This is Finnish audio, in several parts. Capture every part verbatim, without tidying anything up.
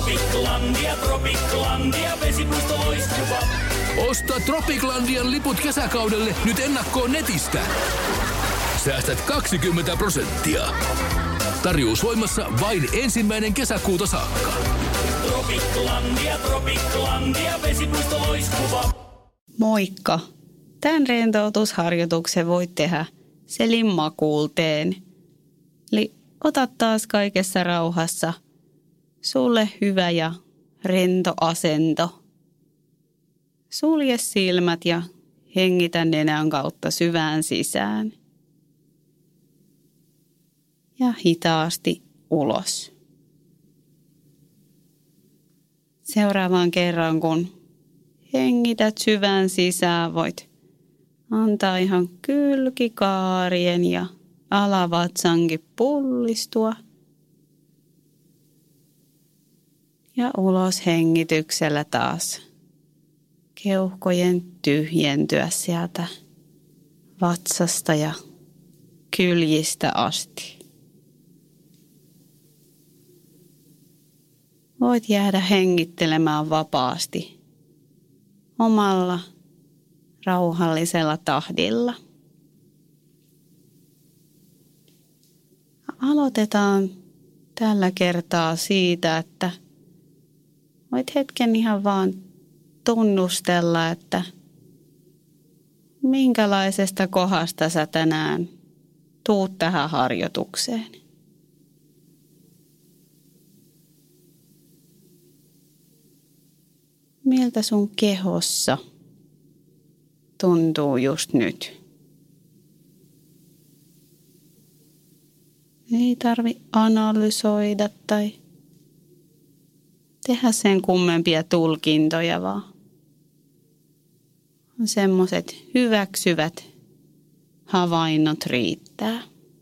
Tropiklandia, Tropiklandia, vesipuisto loistuva. Osta Tropiklandian liput kesäkaudelle nyt ennakkoon netistä. Säästät kaksikymmentä prosenttia. Tarjous voimassa vain ensimmäinen kesäkuuta saakka. Tropiklandia, Tropiklandia, vesipuisto loistuva. Moikka! Tämän rentoutusharjoituksen voit tehdä selin makuulteen. Eli ota taas kaikessa rauhassa sulle hyvä ja rento asento. Sulje silmät ja hengitä nenän kautta syvään sisään. Ja hitaasti ulos. Seuraavan kerran, kun hengität syvään sisään, voit antaa ihan kylkikaarien ja alavatsankin pullistua. Ja ulos hengityksellä taas keuhkojen tyhjentyä sieltä vatsasta ja kyljistä asti. Voit jäädä hengittelemään vapaasti omalla rauhallisella tahdilla. Aloitetaan tällä kertaa siitä, että voit hetken ihan vaan tunnustella, että minkälaisesta kohdasta sä tänään tuut tähän harjoitukseen. Miltä sun kehossa tuntuu just nyt? Ei tarvi analysoida tai tehdä sen kummempia tulkintoja, vaan semmoiset hyväksyvät havainnot riittää.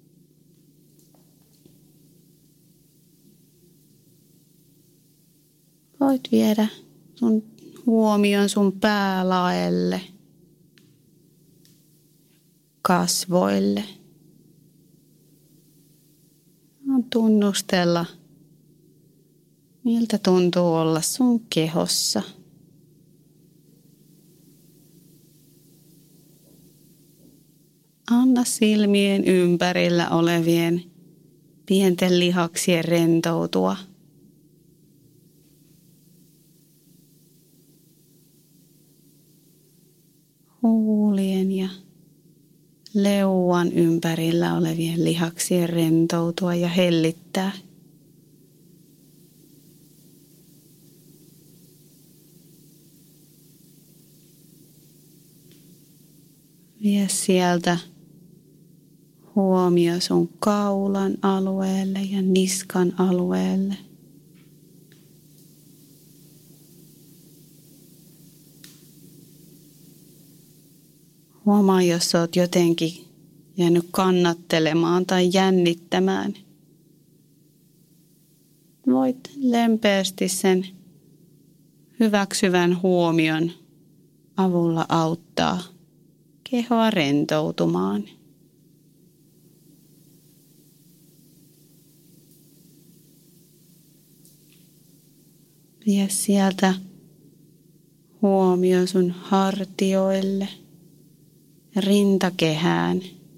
Voit viedä sun huomion sun päälaelle, kasvoille. Tunnustella, miltä tuntuu olla sun kehossa. Anna silmien ympärillä olevien pienten lihaksien rentoutua. Huulien ja leuan ympärillä olevien lihaksien rentoutua ja hellittää. Vie sieltä huomio sun kaulan alueelle ja niskan alueelle. Huomaa, jos olet jotenkin jäänyt kannattelemaan tai jännittämään. Voit lempeästi sen hyväksyvän huomion avulla auttaa kehoa rentoutumaan. Vie sieltä huomio sun hartioille, rintakehään.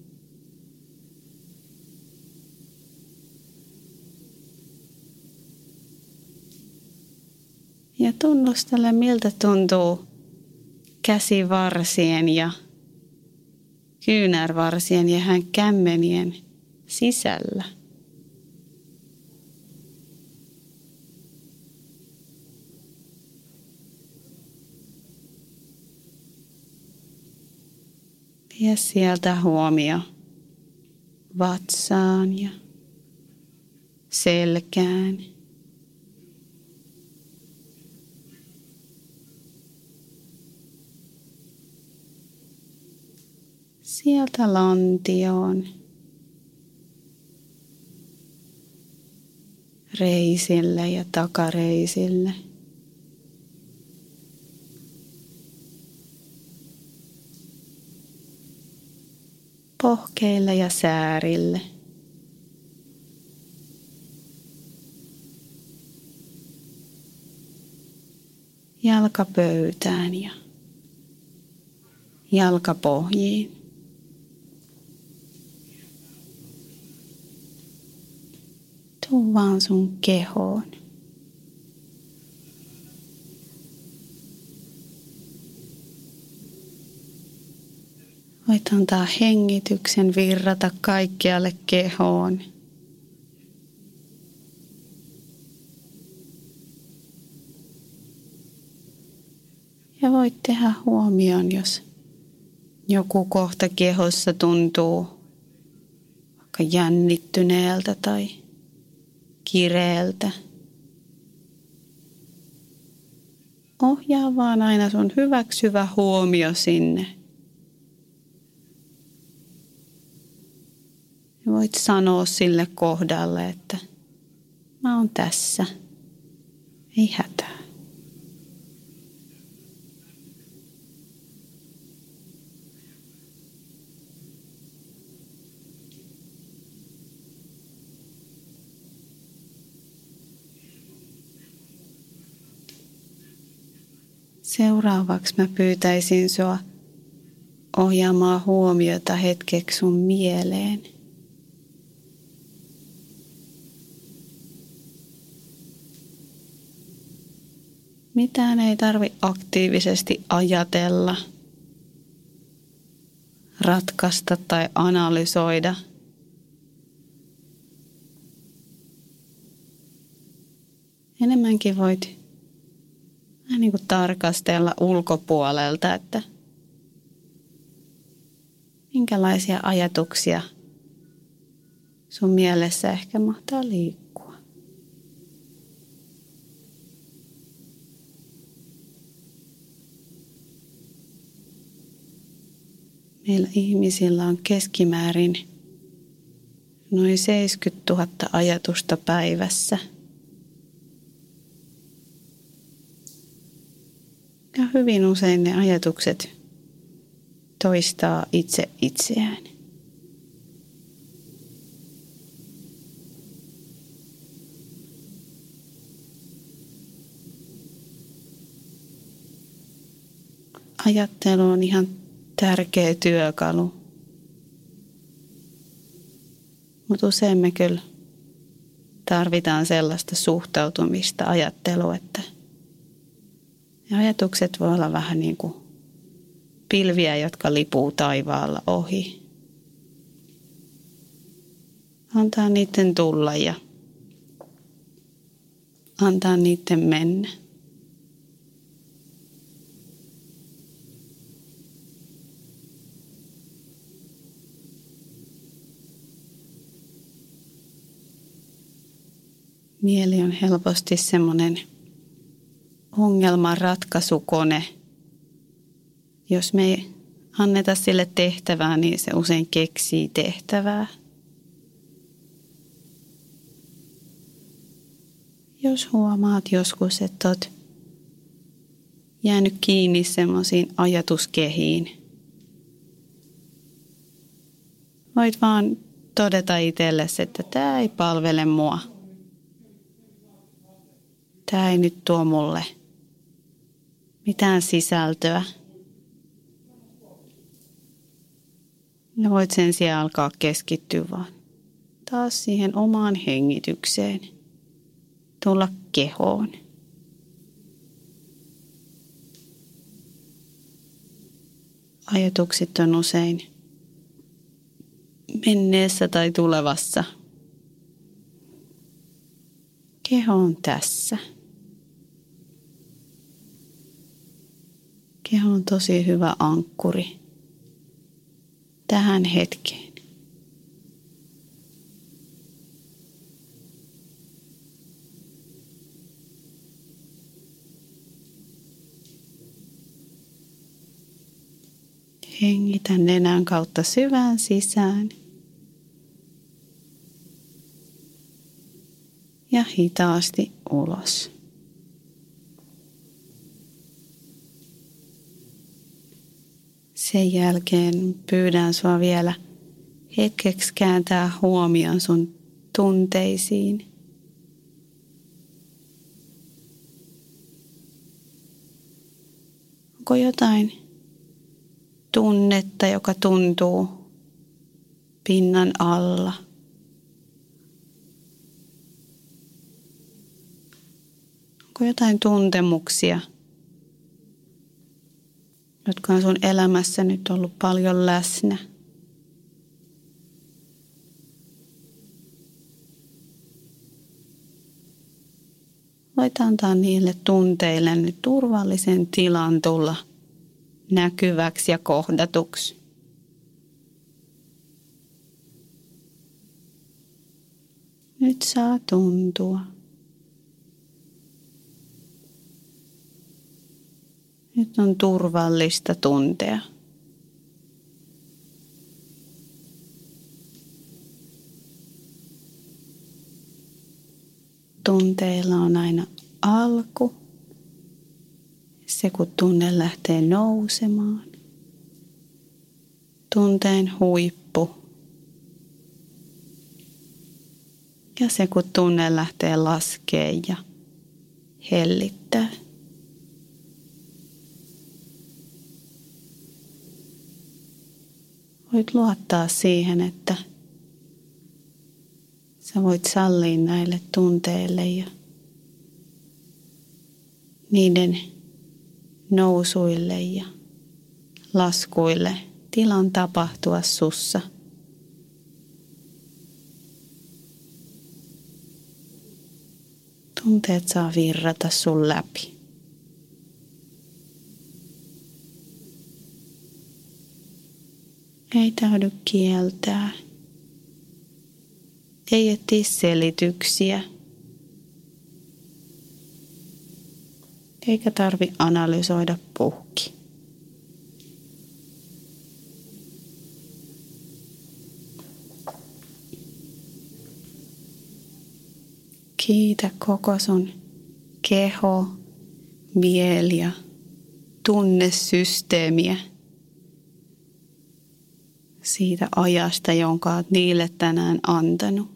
Ja tunnustele, miltä tuntuu käsivarsien ja kyynärvarsien ja hän kämmenien sisällä. Vie sieltä huomio vatsaan ja selkään. Sieltä lantioon, reisille ja takareisille. Pohkeille ja säärille. jalkapöytään ja jalkapohjiin. Tuu vaan sun kehoon. Voit antaa hengityksen virrata kaikkialle kehoon. Ja voit tehdä huomioon, jos joku kohta kehossa tuntuu vaikka jännittyneeltä tai kireeltä. Ohjaa vaan aina sun hyväksyvä huomio sinne. Ja voit sanoa sille kohdalle, että mä oon tässä. Ei hätää. Seuraavaksi mä pyytäisin sua ohjaamaan huomiota hetkeksi sun mieleen. Mitään ei tarvi aktiivisesti ajatella, ratkaista tai analysoida. Enemmänkin voit vähän niin kuin tarkastella ulkopuolelta, että minkälaisia ajatuksia sun mielessä ehkä mahtaa liikkua. Meillä ihmisillä on keskimäärin noin seitsemänkymmentätuhatta ajatusta päivässä. Ja hyvin usein ne ajatukset toistaa itse itseään. Ajattelu on ihan tärkeä työkalu. Mutta usein me kyllä tarvitaan sellaista suhtautumista ajattelua, että ja ajatukset voi olla vähän niin kuin pilviä, jotka lipuu taivaalla ohi. Antaa niiden tulla ja antaa niiden mennä. Mieli on helposti semmoinen ongelmanratkaisukone. Jos me ei anneta sille tehtävää, niin se usein keksii tehtävää. Jos huomaat joskus, että olet jäänyt kiinni semmoisiin ajatuskehiin, voit vaan todeta itsellesi, että tämä ei palvele mua. Tämä ei nyt tuo mulle mitään sisältöä. Ja voit sen sijaan alkaa keskittyä vaan taas siihen omaan hengitykseen. Tulla kehoon. Ajatukset on usein menneessä tai tulevassa. Keho on tässä. Keho on tosi hyvä ankkuri tähän hetkeen. Hengitä nenän kautta syvään sisään. Ja hitaasti ulos. Sen jälkeen pyydän sua vielä hetkeksi kääntää huomion sun tunteisiin. Onko jotain tunnetta, joka tuntuu pinnan alla? Onko jotain tuntemuksia, jotka on sun elämässä nyt ollut paljon läsnä? Voit antaa niille tunteille nyt turvallisen tilan tulla näkyväksi ja kohdatuksi. Nyt saa tuntua. Nyt on turvallista tuntea. Tunteilla on aina alku, se kun tunne lähtee nousemaan. Tunteen huippu. Ja se kun tunne lähtee laskee ja hellittää. Voit luottaa siihen, että sä voit sallia näille tunteille ja niiden nousuille ja laskuille tilan tapahtua sussa. Tunteet saa virrata sun läpi. Ei täydy kieltää. Ei etsi selityksiä. Eikä tarvi analysoida puhki. Kiitä koko sun keho, mieli ja tunnesysteemiä siitä ajasta, jonka olet niille tänään antanut.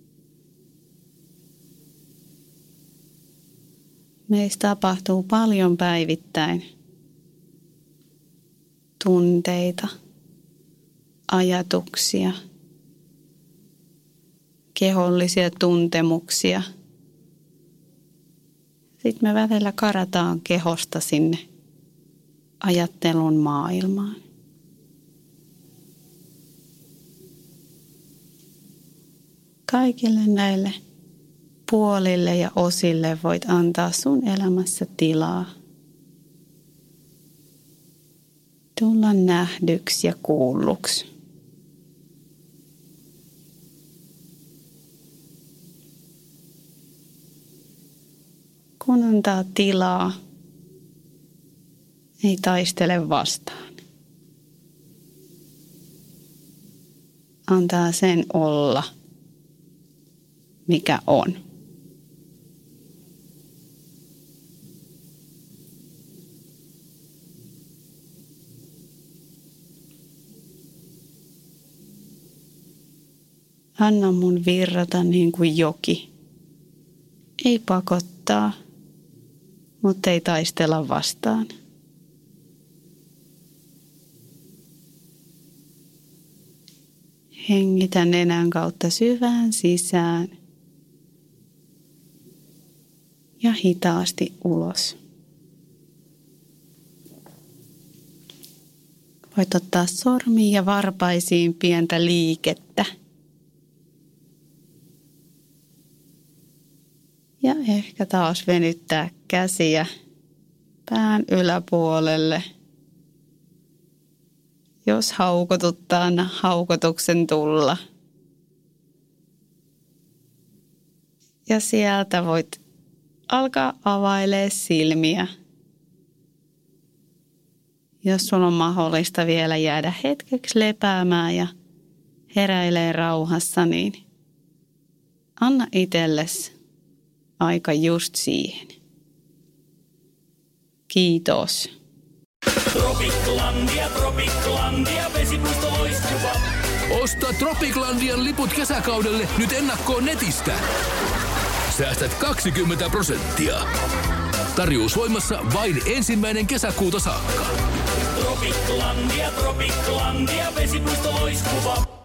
Meissä tapahtuu paljon päivittäin tunteita, ajatuksia, kehollisia tuntemuksia. Sitten me välillä karataan kehosta sinne ajattelun maailmaan. Kaikille näille puolille ja osille voit antaa sun elämässä tilaa. Tulla nähdyksi ja kuulluksi. Kun antaa tilaa, ei taistele vastaan. Antaa sen olla, mikä on. Anna mun virrata niin kuin joki. Ei pakottaa, mutta ei taistella vastaan. Hengitä nenän kautta syvään sisään ja hitaasti ulos. Voit ottaa sormiin ja varpaisiin pientä liikettä. Ja ehkä taas venyttää käsiä pään yläpuolelle. Jos haukotuttaa, anna haukotuksen tulla. Ja sieltä voit alkaa availee silmiä. Jos sulla on mahdollista vielä jäädä hetkeksi lepäämään ja heräilee rauhassa, niin anna itsellesi aika just siihen. Kiitos. Tropiklandia, Tropiklandia, vesipuisto loistuva. Osta Tropiklandian liput kesäkaudelle nyt ennakkoon netistä. Säästät kaksikymmentä prosenttia. Tarjous voimassa vain ensimmäinen kesäkuuta saakka. Tropiklandia, Tropiklandia, vesipuisto loiskuva.